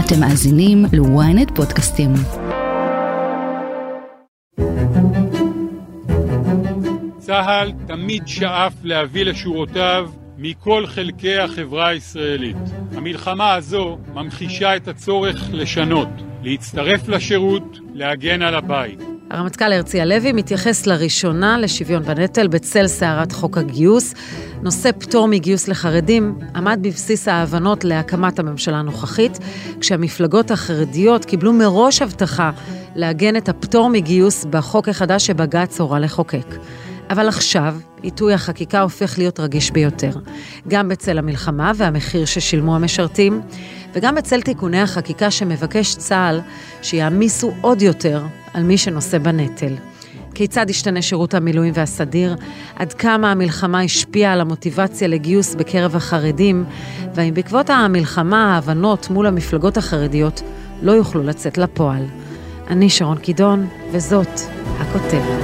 אתם מאזינים ל-ynet פודקאסטים. צה"ל תמיד שאף להביא לשורותיו מכל חלקי החברה הישראלית. המלחמה הזו ממחישה את הצורך לשנות, להצטרף לשירות, להגן על הבית. הרמטכ"ל הרצי הלוי מתייחס לראשונה לשוויון בנטל בצל סערת חוק הגיוס. נושא פטור מגיוס לחרדים עמד בבסיס ההבנות להקמת הממשלה הנוכחית, כשהמפלגות החרדיות קיבלו מראש הבטחה להגן את הפטור מגיוס בחוק החדש שבג"ץ הורה לחוקק. אבל עכשיו עיתוי החקיקה הופך להיות רגיש ביותר, גם בצל המלחמה והמחיר ששילמו המשרתים, וגם בצל תיקוני החקיקה שמבקש צה"ל שיעמיסו עוד יותר על מי שנושא בנטל. כיצד ישתנה שירות המילואים והסדיר, עד כמה המלחמה השפיעה על המוטיבציה לגיוס בקרב החרדים, והאם בעקבות המלחמה ההבנות מול המפלגות החרדיות לא יוכלו לצאת לפועל. אני שרון קידון, וזאת הכותרת.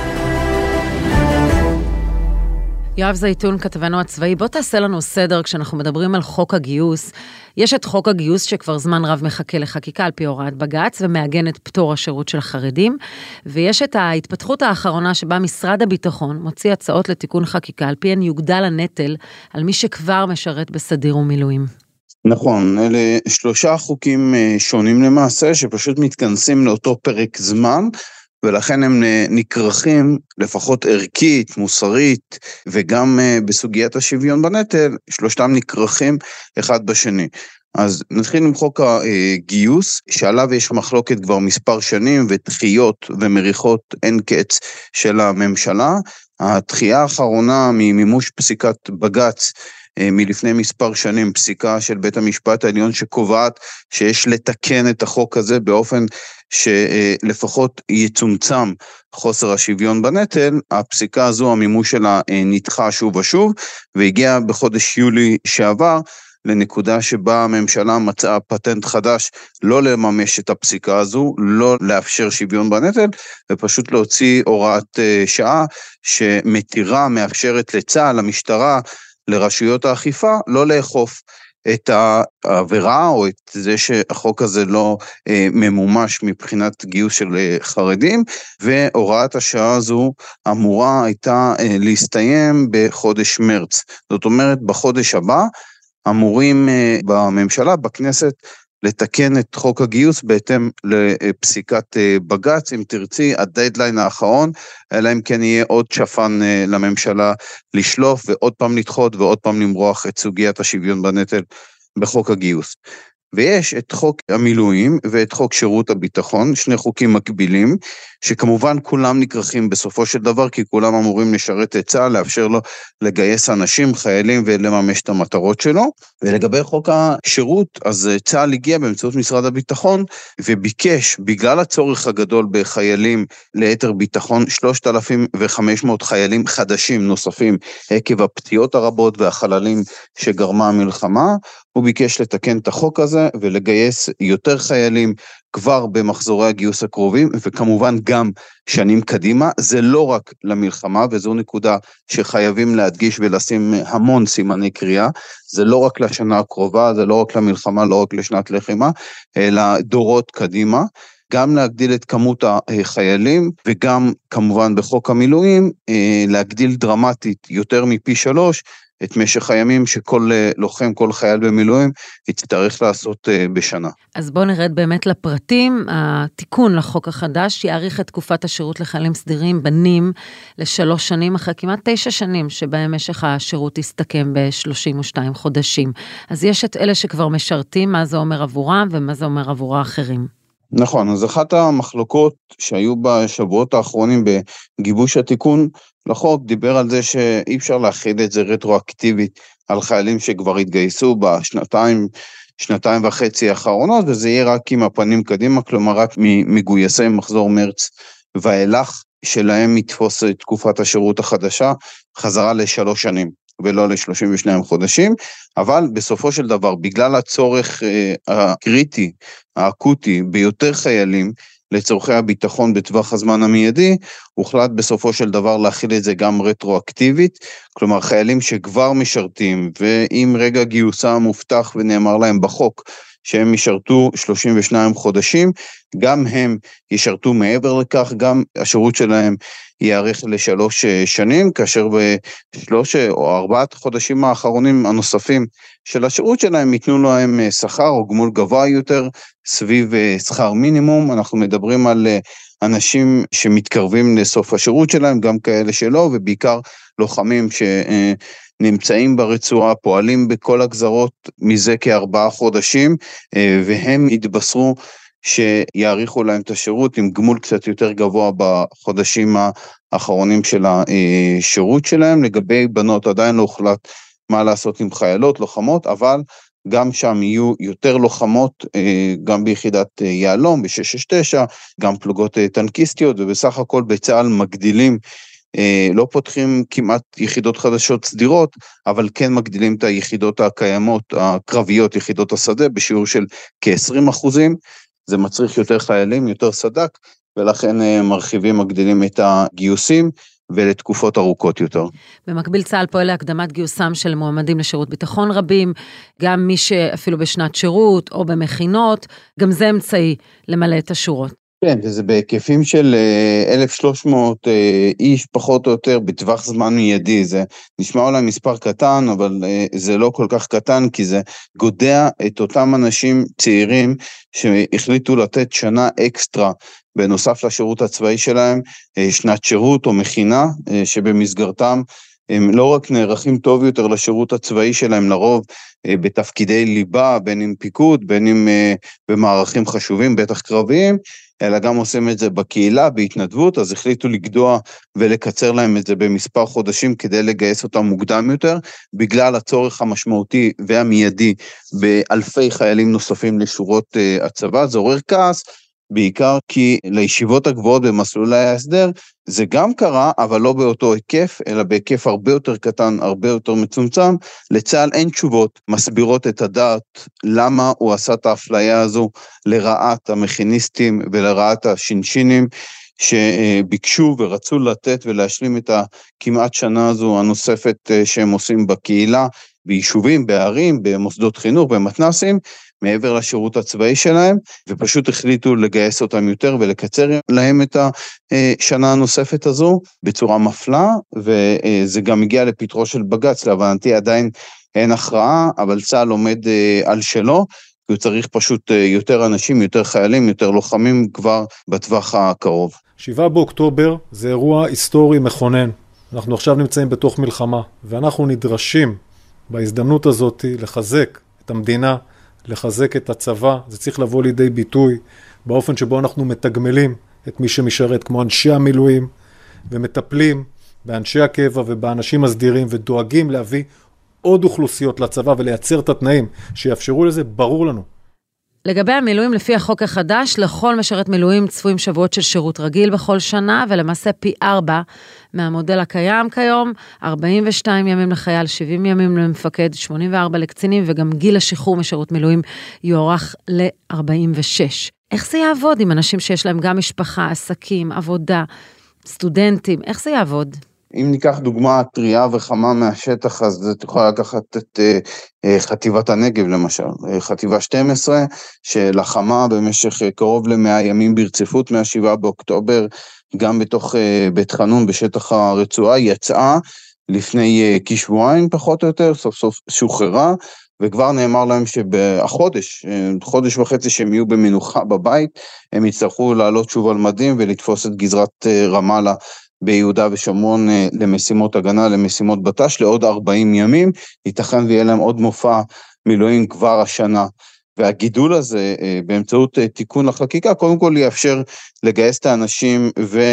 יואב זייתון, כתבנו הצבאי, בוא תעשה לנו סדר כשאנחנו מדברים על חוק הגיוס. יש את חוק הגיוס שכבר זמן רב מחכה לחקיקה על פי הוראת בג"ץ, ומעגן את פטור השירות של החרדים, ויש את ההתפתחות האחרונה שבה משרד הביטחון מוציא הצעות לתיקון חקיקה, על פיהן יוגדל הנטל על מי שכבר משרת בסדיר ומילואים. נכון, אלה שלושה חוקים שונים למעשה, שפשוט מתכנסים לאותו פרק זמן, ולכן הם נקרחים לפחות ערכית, מוסרית, וגם בסוגיית השוויון בנטל, שלושתם נקרחים אחד בשני. אז נתחיל עם חוק הגיוס, שעליו יש מחלוקת כבר מספר שנים, ודחיות ומריחות אין קץ של הממשלה. הדחייה האחרונה ממימוש פסיקת בג"ץ, מלפני מספר שנים, פסיקה של בית המשפט העליון שקובעת שיש לתקן את החוק הזה באופן שלפחות יצומצם חוסר השוויון בנטל. הפסיקה הזו, המימוש שלה נדחה שוב ושוב, והגיעה בחודש יולי שעבר לנקודה שבה הממשלה מצאה פטנט חדש לא לממש את הפסיקה הזו, לא לאפשר שוויון בנטל, ופשוט להוציא הוראת שעה שמתירה, מאפשרת לצה"ל, למשטרה, לרשויות האכיפה, לא לאכוף את העבירה או את זה שהחוק הזה לא ממומש מבחינת גיוס של חרדים, והוראת השעה הזו אמורה הייתה להסתיים בחודש מרץ. זאת אומרת, בחודש הבא אמורים בממשלה, בכנסת, לתקן את חוק הגיוס בהתאם לפסיקת בג"ץ, אם תרצי, הדדליין האחרון, אלא אם כן יהיה עוד שפן לממשלה לשלוף, ועוד פעם לדחות, ועוד פעם למרוח את סוגיית השוויון בנטל בחוק הגיוס. ויש את חוק המילואים ואת חוק שירות הביטחון, שני חוקים מקבילים, שכמובן כולם נקרחים בסופו של דבר, כי כולם אמורים לשרת את צה"ל, לאפשר לו לגייס אנשים, חיילים, ולממש את המטרות שלו. ולגבי חוק השירות, אז צה"ל הגיע באמצעות משרד הביטחון, וביקש, בגלל הצורך הגדול בחיילים ליתר ביטחון, 3,500 חיילים חדשים נוספים, עקב הפציעות הרבות והחללים שגרמה המלחמה. הוא ביקש לתקן את החוק הזה ולגייס יותר חיילים כבר במחזורי הגיוס הקרובים, וכמובן גם שנים קדימה. זה לא רק למלחמה, וזו נקודה שחייבים להדגיש ולשים המון סימני קריאה. זה לא רק לשנה הקרובה, זה לא רק למלחמה, לא רק לשנת לחימה, אלא דורות קדימה. גם להגדיל את כמות החיילים, וגם כמובן בחוק המילואים, להגדיל דרמטית יותר מפי 3, את משך הימים שכל לוחם, כל חייל במילואים, יצטרך לעשות בשנה. אז בואו נרד באמת לפרטים. התיקון לחוק החדש יאריך את תקופת השירות לחיילים סדירים בנים ל3 שנים, אחרי כמעט 9 שנים, שבהם משך השירות יסתכם ב32 חודשים. אז יש את אלה שכבר משרתים, מה זה אומר עבורם, ומה זה אומר עבור האחרים. נכון, אז אחת המחלוקות שהיו בשבועות האחרונים בגיבוש התיקון לחוק, דיבר על זה שאי אפשר להחיל את זה רטרואקטיבית על חיילים שכבר התגייסו שנתיים וחצי האחרונות, וזה יהיה רק עם הפנים קדימה, כלומר רק מגויסי מחזור מרץ ואילך, שלהם יתפוס את תקופת השירות החדשה חזרה ל3 שנים. ולא ל32 חודשים, אבל בסופו של דבר, בגלל הצורך הקריטי, האקוטי, ביותר חיילים, לצורכי הביטחון בטווח הזמן המיידי, הוחלט בסופו של דבר להכיל את זה גם רטרואקטיבית, כלומר חיילים שכבר משרתים, ואם רגע גיוסם מובטח ונאמר להם בחוק, שהם ישרתו 32 חודשים, גם הם ישרתו מעבר לכך, גם השירות שלהם יארך ל3 שנים, כאשר ב3 או 4 חודשים האחרונים הנוספים של השירות שלהם ייתנו להם שכר או גמול גבוה יותר, סביב שכר מינימום. אנחנו מדברים על אנשים שמתקרבים לסוף השירות שלהם, גם כאלה שלא, ובעיקר לוחמים שנמצאים ברצועה, פועלים בכל הגזרות מזה כ4 חודשים, והם התבשרו שיאריכו להם את השירות עם גמול קצת יותר גבוה בחודשים האחרונים של השירות שלהם. לגבי בנות עדיין לא הוחלט מה לעשות עם חיילות, לוחמות, אבל גם שם יהיו יותר לוחמות, גם ביחידת יעלום, ב-669, גם פלוגות טנקיסטיות, ובסך הכל בצה"ל מגדילים, לא פותחים כמעט יחידות חדשות סדירות, אבל כן מגדילים את היחידות הקיימות, הקרביות, יחידות השדה, בשיעור של כ-20%. זה מצריך יותר חיילים, יותר סדק, ולכן מרחיבים, מגדילים את הגיוסים, ולתקופות ארוכות יותר. במקביל צה"ל פועל להקדמת גיוסם של מועמדים לשירות ביטחון רבים, גם מי שאפילו בשנת שירות או במכינות, גם זה אמצעי למלא את השורות. כן, וזה בהיקפים של 1,300 איש פחות או יותר בטווח זמן מיידי. זה נשמע אולי מספר קטן, אבל זה לא כל כך קטן, כי זה גודע את אותם אנשים צעירים שהחליטו לתת שנה אקסטרה בנוסף לשירות הצבאי שלהם, שנת שירות או מכינה, שבמסגרתם הם לא רק נערכים טוב יותר לשירות הצבאי שלהם, לרוב בתפקידי ליבה, בין אם פיקוד, בין אם במערכים חשובים, בטח קרביים, אלא גם עושים את זה בקהילה, בהתנדבות. אז החליטו לגדוע ולקצר להם את זה במספר חודשים, כדי לגייס אותם מוקדם יותר, בגלל הצורך המשמעותי והמיידי, באלפי חיילים נוספים לשורות הצבא. זה עורר כעס, בעיקר כי לישיבות הגבוהות במסלולי ההסדר, זה גם קרה, אבל לא באותו היקף, אלא בהיקף הרבה יותר קטן, הרבה יותר מצומצם. לצה"ל אין תשובות מסבירות את הדעת, למה הוא עשה את האפליה הזו לרעת המכיניסטים ולרעת השינשינים, שביקשו ורצו לתת ולהשלים את הכמעט שנה הזו הנוספת שהם עושים בקהילה, ביישובים, בערים, במוסדות חינוך, במתנסים, מעבר לשירות הצבאי שלהם, ופשוט החליטו לגייס אותם יותר ולקצר להם את השנה הנוספת הזו בצורה מפלה, וזה גם הגיע לפתרו של בג"ץ. להבנתי עדיין אין הכרעה, אבל צה"ל עומד על שלו, כי הוא צריך פשוט יותר אנשים, יותר חיילים, יותר לוחמים כבר בטווח הקרוב. 7 באוקטובר זה אירוע היסטורי מכונן. אנחנו עכשיו נמצאים בתוך מלחמה, ואנחנו נדרשים בהזדמנות הזאת לחזק את המדינה, לחזק את הצבא. זה צריך לבוא לידי ביטוי באופן שבו אנחנו מתגמלים את מי שמשרת, כמו אנשי המילואים, ומטפלים באנשי הקבע ובאנשים הסדירים, ודואגים להביא עוד אוכלוסיות לצבא ולייצר את התנאים שיאפשרו לזה. ברור לנו. לגבי המילואים, לפי החוק החדש, לכל משרת מילואים צפויים שבועות של שירות רגיל בכל שנה, ולמעשה פי 4 מהמודל הקיים כיום, 42 ימים לחייל, 70 ימים למפקד, 84 לקצינים, וגם גיל השחרור משירות מילואים יוארך ל-46. איך זה יעבוד עם אנשים שיש להם גם משפחה, עסקים, עבודה, סטודנטים? איך זה יעבוד? אם ניקח דוגמה טריה וחמה מהשטח, אז זה תוכל לקחת את חטיבת הנגב למשל, חטיבה 12, שלחמה במשך קרוב ל100 ימים ברציפות, מה7 באוקטובר, גם בתוך בית חנון בשטח הרצועה, יצאה לפני כשבועיים פחות או יותר, סוף סוף שוחררה, וכבר נאמר להם שבחודש, חודש וחצי שהם יהיו במנוחה בבית, הם יצטרכו לעלות שוב על מדים ולתפוס את גזרת רמאללה, ביהודה ושומרון למשימות הגנה, למשימות בט"ש, לעוד 40 ימים, ייתכן ויהיה להם עוד מופע מילואים כבר השנה. והגידול הזה, באמצעות תיקון לחקיקה, קודם כל יאפשר לגייס את האנשים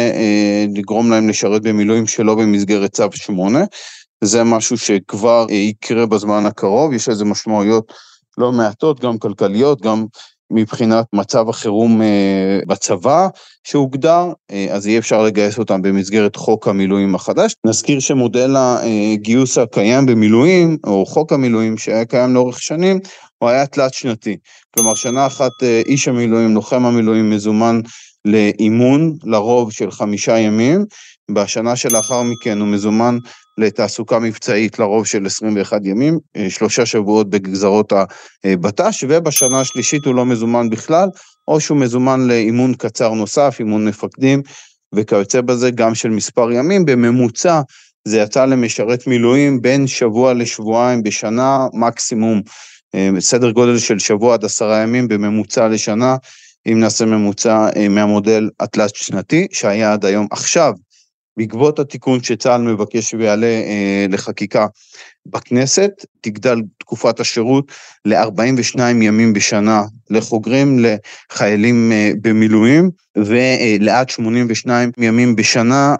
ולגרום להם לשרת במילואים שלא במסגרת צו 8, זה משהו שכבר יקרה בזמן הקרוב. יש איזה משמעויות לא מעטות, גם כלכליות, גם מבחינת מצב החירום בצבא שהוגדר, אז יהיה אפשר לגייס אותם במסגרת חוק המילואים החדש. נזכיר שמודל הגיוס הקיים במילואים, או חוק המילואים שהיה קיים לאורך שנים, הוא היה תלת שנתי. כלומר, שנה אחת איש המילואים, לוחם המילואים, מזומן לאימון, לרוב של 5 ימים, בשנה שלאחר מכן הוא מזומן לתעסוקה מבצעית לרוב של 21 ימים, 3 שבועות בגזרות הבט"ש, ובשנה השלישית הוא לא מזומן בכלל, או שהוא מזומן לאימון קצר נוסף, אימון מפקדים, וכיוצא בזה גם של מספר ימים. בממוצע זה יצא למשרת מילואים בין שבוע לשבועיים בשנה, מקסימום סדר גודל של שבוע עד 10 ימים בממוצע לשנה, אם נעשה ממוצע מהמודל אטלס שנתי שהיה עד היום. עכשיו, בעקבות התיקון שצה"ל מבקש ויעלה לחקיקה בכנסת, תגדל תקופת השירות ל-42 ימים בשנה לחוגרים, לחיילים במילואים, ולעד 82 ימים בשנה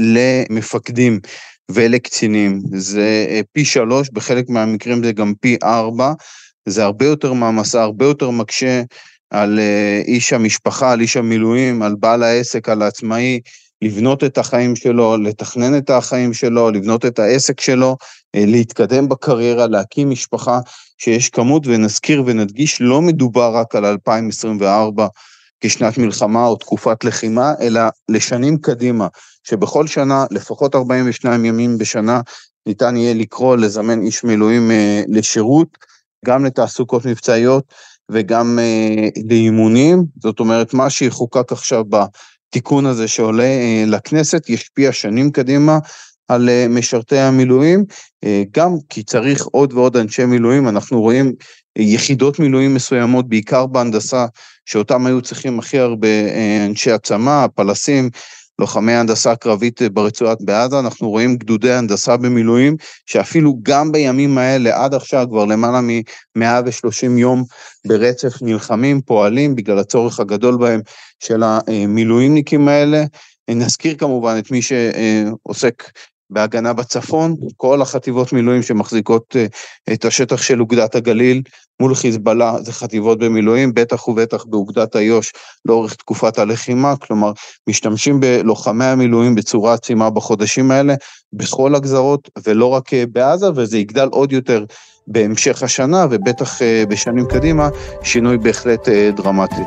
למפקדים ולקצינים. זה פי 3, בחלק מהמקרים זה גם פי 4, זה הרבה יותר מעמסה, הרבה יותר מקשה על איש המשפחה, על איש המילואים, על בעל העסק, על העצמאי, לבנות את החיים שלו, לתכנן את החיים שלו, לבנות את העסק שלו, להתקדם בקריירה, להקים משפחה, שיש כמות, ונזכיר ונדגיש, לא מדובר רק על 2024 כשנת מלחמה או תקופת לחימה, אלא לשנים קדימה, שבכל שנה, לפחות 42 ימים בשנה, ניתן יהיה לקרוא, לזמן איש מילואים לשירות, גם לתעסוקות מבצעיות, וגם לאימונים. זאת אומרת, מה שיחוקק עכשיו בתיקון הזה שעולה לכנסת, ישפיע שנים קדימה על משרתי המילואים, גם כי צריך עוד ועוד אנשי מילואים. אנחנו רואים יחידות מילואים מסוימות, בעיקר בהנדסה, שאותם היו צריכים הכי הרבה אנשי עצמה, פלסים, לוחמי הנדסה קרבית ברצועת בעזה. אנחנו רואים גדודי הנדסה במילואים, שאפילו גם בימים האלה, עד עכשיו כבר למעלה מ-130 יום ברצף נלחמים, פועלים, בגלל הצורך הגדול בהם של המילואימניקים האלה. נזכיר כמובן את מי שעוסק בהגנה בצפון, כל החטיבות מילואים שמחזיקות את השטח של אוגדת הגליל מול חיזבאללה, זה חטיבות במילואים, בטח ובטח באוגדת איו"ש לאורך תקופת הלחימה. כלומר, משתמשים בלוחמי המילואים בצורה עצימה בחודשים האלה, בכל הגזרות ולא רק בעזה, וזה יגדל עוד יותר בהמשך השנה, ובטח בשנים קדימה, שינוי בהחלט דרמטי.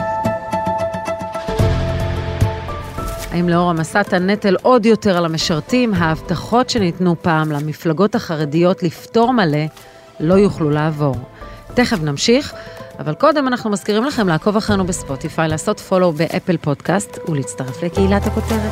האם לאור המסת הנטל עוד יותר על המשרתים, ההבטחות שניתנו פעם למפלגות החרדיות לפתור מלא לא יוכלו לעבור? תכף נמשיך, אבל קודם אנחנו מזכירים לכם לעקוב אחרינו בספוטיפיי, לעשות פולו באפל פודקאסט ולהצטרף לקהילת הכותרת.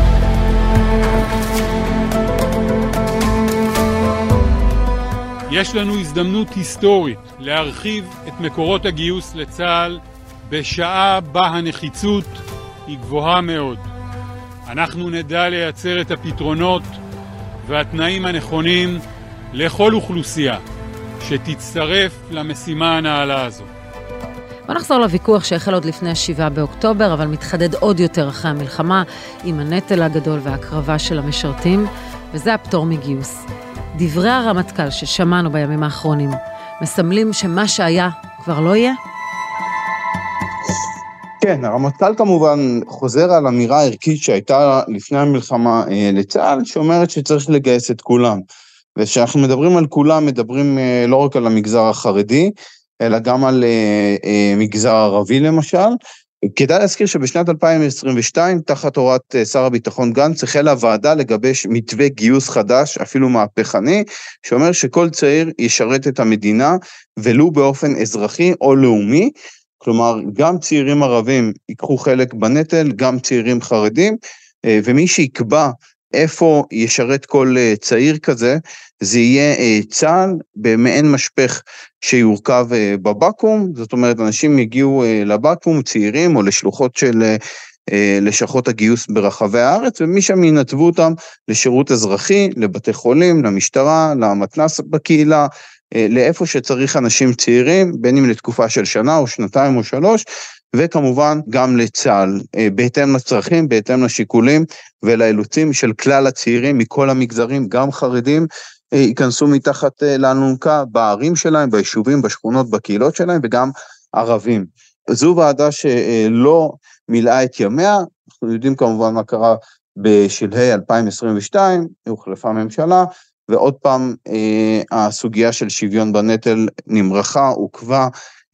יש לנו הזדמנות היסטורית להרחיב את מקורות הגיוס לצה"ל בשעה בה הנחיצות היא גבוהה מאוד. אנחנו נדע לייצר את הפתרונות והתנאים הנכונים לכל אוכלוסייה שתצטרף למשימה הנעלה הזו. בוא נחזור לוויכוח שהחל עוד לפני 7 באוקטובר, אבל מתחדד עוד יותר אחרי המלחמה, עם הנטל הגדול והקרבה של המשרתים, וזה הפטור מגיוס. דברי הרמטכ"ל ששמענו בימים האחרונים, מסמלים שמה שהיה כבר לא יהיה? כן, הרמטכ"ל כמובן חוזר על אמירה ערכית שהייתה לפני המלחמה לצה"ל, שאומרת שצריך לגייס את כולם. ושאנחנו מדברים על כולם, מדברים לא רק על המגזר החרדי, אלא גם על מגזר ערבי למשל. כדאי להזכיר שבשנת 2022, תחת הוראת שר הביטחון גנץ, החלה הוועדה לגבש מתווה גיוס חדש, אפילו מהפכני, שאומר שכל צעיר ישרת את המדינה, ולו באופן אזרחי או לאומי. כלומר, גם צעירים ערבים ייקחו חלק בנטל, גם צעירים חרדים, ומי שיקבע איפה ישרת כל צעיר כזה, זה יהיה צה"ל במעין משפך שיורכב בבקו"ם. זאת אומרת, אנשים יגיעו לבקו"ם, צעירים או לשלוחות של לשכות הגיוס ברחבי הארץ, ומי שם ינתבו אותם לשירות אזרחי, לבתי חולים, למשטרה, למתנ"ס בקהילה, לאיפה שצריך אנשים צעירים, בין אם לתקופה של שנה או שנתיים או 3, וכמובן גם לצה"ל, בהתאם לצרכים, בהתאם לשיקולים ולאילוצים של כלל הצעירים מכל המגזרים, גם חרדים, ייכנסו מתחת לאלונקה בערים שלהם, ביישובים, בשכונות, בקהילות שלהם, וגם ערבים. זו ועדה שלא מילאה את ימיה. אנחנו יודעים כמובן מה קרה בשלהי 2022, הוחלפה ממשלה, ועוד פעם הסוגיה של שוויון בנטל נמרחה, עוקבה,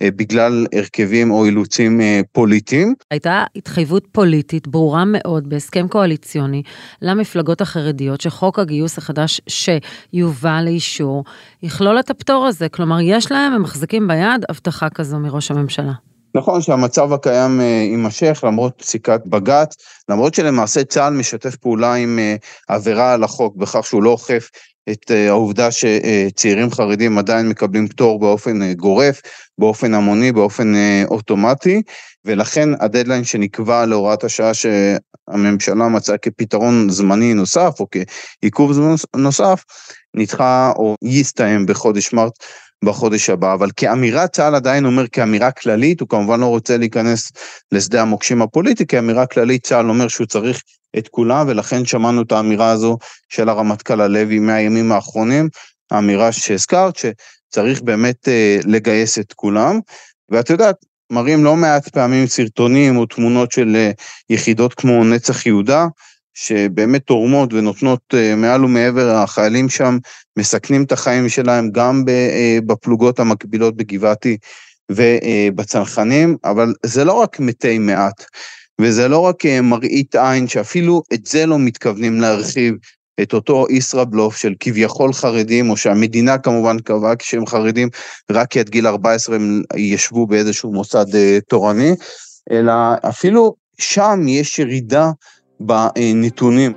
בגלל הרכבים או אילוצים פוליטיים. הייתה התחייבות פוליטית ברורה מאוד בהסכם קואליציוני למפלגות החרדיות שחוק הגיוס החדש שיובא לאישור יכלול את הפטור הזה, כלומר יש להם, הם מחזיקים ביד הבטחה כזו מראש הממשלה. נכון שהמצב הקיים יימשך למרות פסיקת בג"ץ, למרות שלמעשה צה"ל משתף פעולה עם עבירה על החוק בכך שהוא לא אוכף את העובדה שצעירים חרדים עדיין מקבלים פטור באופן גורף, באופן המוני, באופן אוטומטי, ולכן הדדליין שנקבע להוראת השעה שהממשלה מצאה כפתרון זמני נוסף או כעיכוב נוסף, נדחה או יסתיים בחודש מרץ בחודש הבא, אבל כאמירה צה"ל עדיין אומר כאמירה כללית, הוא כמובן לא רוצה להיכנס לשדה המוקשים הפוליטי, כאמירה כללית צה"ל אומר שהוא צריך את כולם, ולכן שמענו את האמירה הזו של הרמטכ"ל הלוי מהימים האחרונים, האמירה שהזכרת שצריך באמת לגייס את כולם, ואת יודעת, מראים לא מעט פעמים סרטונים או תמונות של יחידות כמו נצח יהודה, שבאמת תורמות ונותנות מעל ומעבר, החיילים שם מסכנים את החיים שלהם גם בפלוגות המקבילות בגבעתי ובצנחנים, אבל זה לא רק מתי מעט, וזה לא רק מראית עין שאפילו את זה לא מתכוונים להרחיב, את אותו ישראבלוף של כביכול חרדים, או שהמדינה כמובן קבעה כשהם חרדים, רק עד גיל 14 הם ישבו באיזשהו מוסד תורני, אלא אפילו שם יש ירידה בנתונים.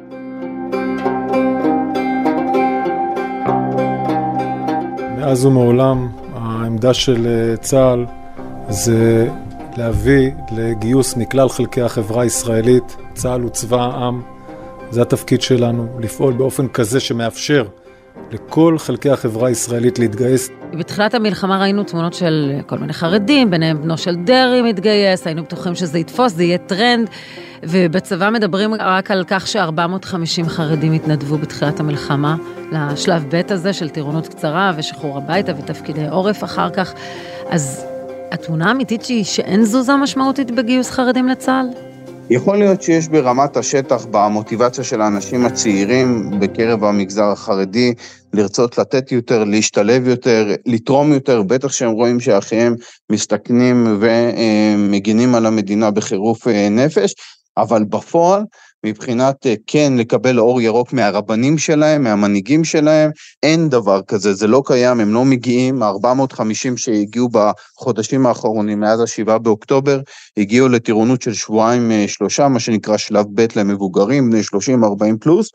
מאז ומעולם העמדה של צה"ל זה להביא לגיוס מכלל חלקי החברה הישראלית. צה"ל הוא צבא העם, זה התפקיד שלנו, לפעול באופן כזה שמאפשר לכל חלקי החברה הישראלית להתגייס. בתחילת המלחמה ראינו תמונות של כל מיני חרדים, ביניהם בנו של דרי מתגייס, היינו בטוחים שזה יתפוס, זה יהיה טרנד, ובצבא מדברים רק על כך ש450 חרדים התנדבו בתחילת המלחמה, לשלב ב' הזה של טירונות קצרה ושחרור הביתה ותפקידי עורף אחר כך. אז התמונה האמיתית היא שאין תזוזה משמעותית בגיוס חרדים לצה"ל? יכול להיות שיש ברמת השטח, במוטיבציה של האנשים הצעירים בקרב המגזר החרדי, לרצות לתת יותר, להשתלב יותר, לתרום יותר, בטח שהם רואים שאחיהם מסתכנים ומגינים על המדינה בחירוף נפש, אבל בפועל, מבחינת כן לקבל אור ירוק מהרבנים שלהם, מהמנהיגים שלהם, אין דבר כזה, זה לא קיים, הם לא מגיעים, 450 שהגיעו בחודשים האחרונים, מאז 7 באוקטובר, הגיעו לטירונות של שבועיים שלושה, מה שנקרא שלב ב' למבוגרים, בני 30-40 פלוס,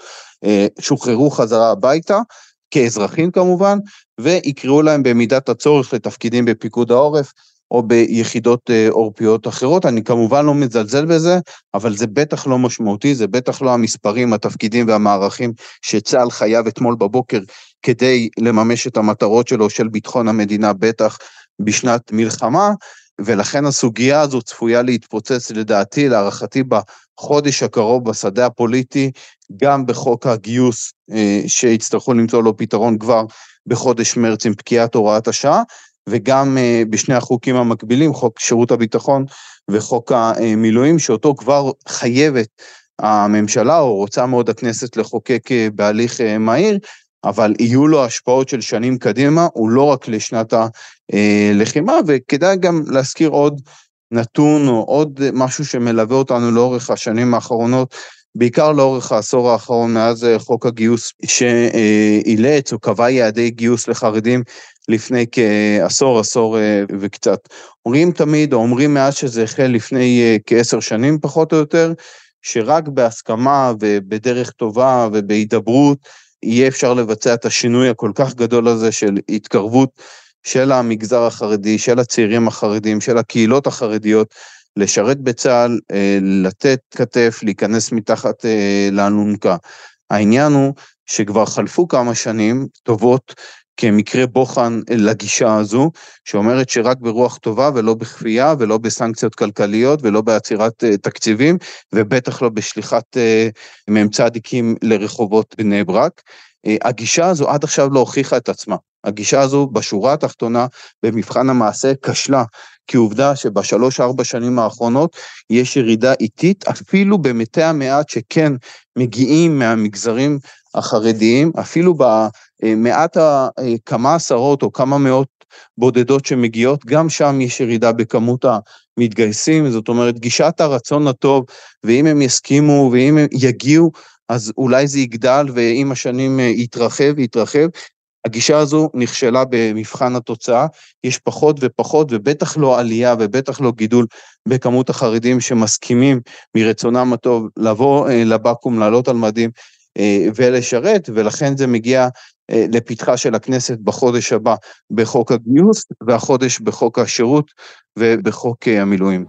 שוחררו חזרה הביתה, כאזרחים כמובן, ויקראו להם במידת הצורך לתפקידים בפיקוד העורף, או ביחידות עורפיות אחרות. אני כמובן לא מזלזל בזה, אבל זה בטח לא משמעותי, זה בטח לא המספרים, התפקידים והמערכים שצה"ל חייב אתמול בבוקר, כדי לממש את המטרות שלו של ביטחון המדינה, בטח בשנת מלחמה, ולכן הסוגיה הזו צפויה להתפוצץ לדעתי, להערכתי בחודש הקרוב בשדה הפוליטי, גם בחוק הגיוס שיצטרכו למצוא לו פתרון כבר בחודש מרץ עם פקיעת הוראת השעה, וגם בשני החוקים המקבילים, חוק שירות הביטחון וחוק המילואים, שאותו כבר חייבת הממשלה, או רוצה מאוד הכנסת לחוקק בהליך מהיר, אבל יהיו לו השפעות של שנים קדימה, הוא לא רק לשנת הלחימה, וכדאי גם להזכיר עוד נתון, או עוד משהו שמלווה אותנו לאורך השנים האחרונות, בעיקר לאורך העשור האחרון, מאז חוק הגיוס שאילץ, או קבע יעדי גיוס לחרדים, לפני כעשור, עשור וקצת. אומרים תמיד, או אומרים מאז שזה החל לפני כ10 שנים פחות או יותר, שרק בהסכמה ובדרך טובה ובהידברות, יהיה אפשר לבצע את השינוי הכל כך גדול הזה של התקרבות של המגזר החרדי, של הצעירים החרדים, של הקהילות החרדיות, לשרת בצה"ל, לתת כתף, להיכנס מתחת לאלונקה. העניין הוא שכבר חלפו כמה שנים טובות, כמקרה בוחן לגישה הזו, שאומרת שרק ברוח טובה ולא בכפייה ולא בסנקציות כלכליות ולא בעצירת תקציבים, ובטח לא בשליחת צדיקים לרחובות בני ברק. הגישה הזו עד עכשיו לא הוכיחה את עצמה. הגישה הזו בשורה התחתונה במבחן המעשה כשלה, כי עובדה שב3-4 שנים האחרונות יש ירידה איטית, אפילו במתי המעט שכן מגיעים מהמגזרים החרדיים, אפילו במעט כמה עשרות או כמה מאות בודדות שמגיעות, גם שם יש ירידה בכמות המתגייסים, זאת אומרת, גישת הרצון הטוב, ואם הם יסכימו, ואם הם יגיעו, אז אולי זה יגדל, ועם השנים יתרחב. הגישה הזו נכשלה במבחן התוצאה, יש פחות ופחות, ובטח לא עלייה, ובטח לא גידול בכמות החרדים שמסכימים מרצונם הטוב, לבוא לבקו"ם, לעלות על מדים ולשרת, ולכן זה מגיע לפתחה של הכנסת בחודש הבא בחוק הגיוס, והחודש בחוק השירות ובחוק המילואים.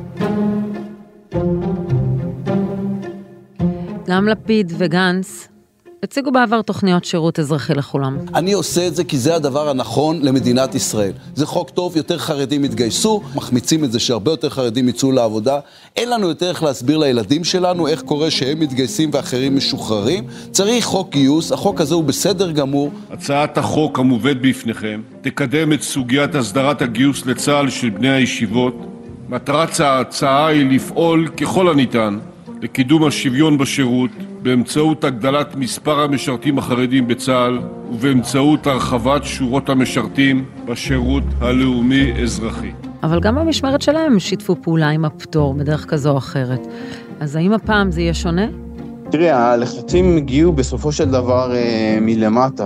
גם לפיד וגנץ הציגו בעבר תוכניות שירות אזרחי לכולם. אני עושה את זה כי זה הדבר הנכון למדינת ישראל. זה חוק טוב, יותר חרדים יתגייסו, מחמיצים את זה שהרבה יותר חרדים יצאו לעבודה. אין לנו יותר איך להסביר לילדים שלנו איך קורה שהם מתגייסים ואחרים משוחררים. צריך חוק גיוס, החוק הזה הוא בסדר גמור. הצעת החוק המובאת בפניכם תקדם את סוגיית הסדרת הגיוס לצה"ל של בני הישיבות. מטרת ההצעה היא לפעול ככל הניתן לקידום השוויון בשירות, באמצעות הגדלת מספר המשרתים החרדים בצה"ל, ובאמצעות הרחבת שורות המשרתים בשירות הלאומי-אזרחי. אבל גם במשמרת שלהם שיתפו פעולה עם הפטור בדרך כזו או אחרת. אז האם הפעם זה יהיה שונה? תראי, הלחצים הגיעו בסופו של דבר מלמטה,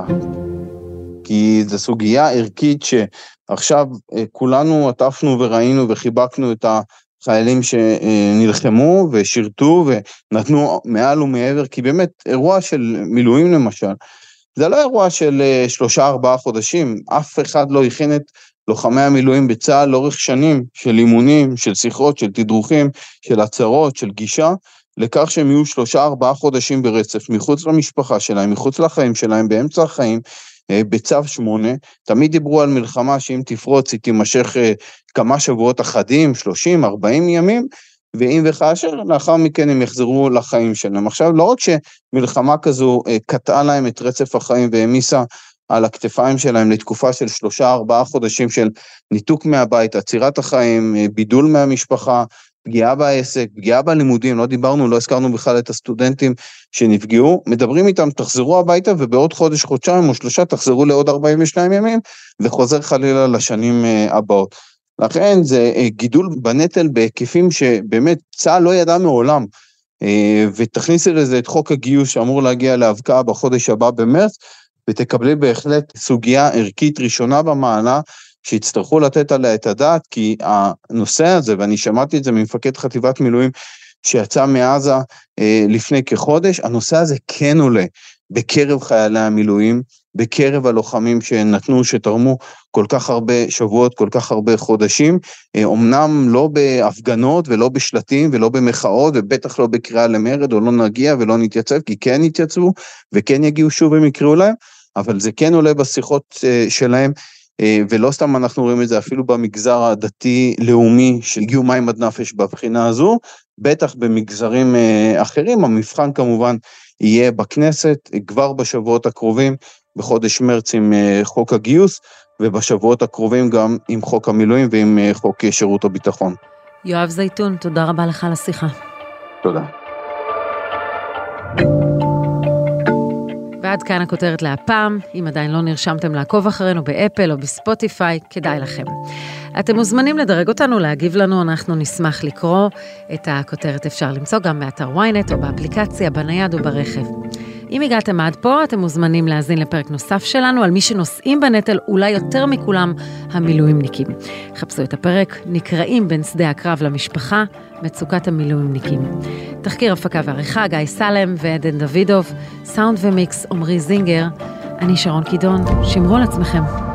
כי זו סוגיה ערכית שעכשיו כולנו עטפנו וראינו וחיבקנו את חיילים שנלחמו ושירתו ונתנו מעל ומעבר, כי באמת אירוע של מילואים למשל, זה לא אירוע של 3-4 חודשים, אף אחד לא הכין את לוחמי המילואים בצה"ל לאורך שנים של אימונים, של שיחות, של תדרוכים, של הצהרות, של גישה, לכך שהם יהיו 3-4 חודשים ברצף, מחוץ למשפחה שלהם, מחוץ לחיים שלהם, באמצע החיים, בצו 8, תמיד דיברו על מלחמה שאם תפרוץ היא תימשך כמה שבועות אחדים, 30, 40 ימים, ואם וכאשר, לאחר מכן הם יחזרו לחיים שלהם. עכשיו, לא רק שמלחמה כזו קטעה להם את רצף החיים והמיסה על הכתפיים שלהם לתקופה של 3-4 חודשים של ניתוק מהבית, עצירת החיים, בידול מהמשפחה, פגיעה בעסק, פגיעה בלימודים, לא הזכרנו בכלל את הסטודנטים שנפגעו, מדברים איתם, תחזרו הביתה ובעוד חודש, חודשיים או 3 תחזרו לעוד 42 ימים, וחוזר חלילה לשנים הבאות. לכן זה גידול בנטל בהיקפים שבאמת צה"ל לא ידע מעולם, ותכניסי לזה את חוק הגיוס שאמור להגיע להבקעה בחודש הבא במרץ, ותקבלי בהחלט סוגיה ערכית ראשונה במעלה, שיצטרכו לתת עליה את הדעת, כי הנושא הזה, ואני שמעתי את זה ממפקד חטיבת מילואים, שיצא מעזה לפני כחודש, הנושא הזה כן עולה בקרב חיילי המילואים, בקרב הלוחמים שנתנו, שתרמו כל כך הרבה שבועות, כל כך הרבה חודשים, אמנם לא בהפגנות ולא בשלטים ולא במחאות, ובטח לא בקריאה למרד, או לא נגיע ולא נתייצב, כי כן יתייצבו וכן יגיעו שוב והם יקראו להם, אבל זה כן עולה בשיחות שלהם, ולא סתם אנחנו רואים את זה אפילו במגזר הדתי-לאומי, שהגיעו מים עד נפש בבחינה הזו, בטח במגזרים אחרים, המבחן כמובן יהיה בכנסת, כבר בשבועות הקרובים, בחודש מרץ עם חוק הגיוס, ובשבועות הקרובים גם עם חוק המילואים ועם חוק שירות הביטחון. יואב זייתון, תודה רבה לך על השיחה. תודה. ועד כאן הכותרת להפעם. אם עדיין לא נרשמתם לעקוב אחרינו באפל או בספוטיפיי, כדאי לכם. אתם מוזמנים לדרג אותנו, להגיב לנו, אנחנו נשמח לקרוא. את הכותרת אפשר למצוא גם באתר ynet או באפליקציה, בנייד או ברכב. אם הגעתם עד פה, אתם מוזמנים להאזין לפרק נוסף שלנו על מי שנושאים בנטל, אולי יותר מכולם, המילואימניקים. חפשו את הפרק, נקראים בין שדה הקרב למשפחה, מצוקת המילואימניקים. תחקיר הפקה ועריכה, גיא סלם ועדן דוידוב, סאונד ומיקס, עומרי זינגר. אני שרון קידון, שמרו על עצמכם.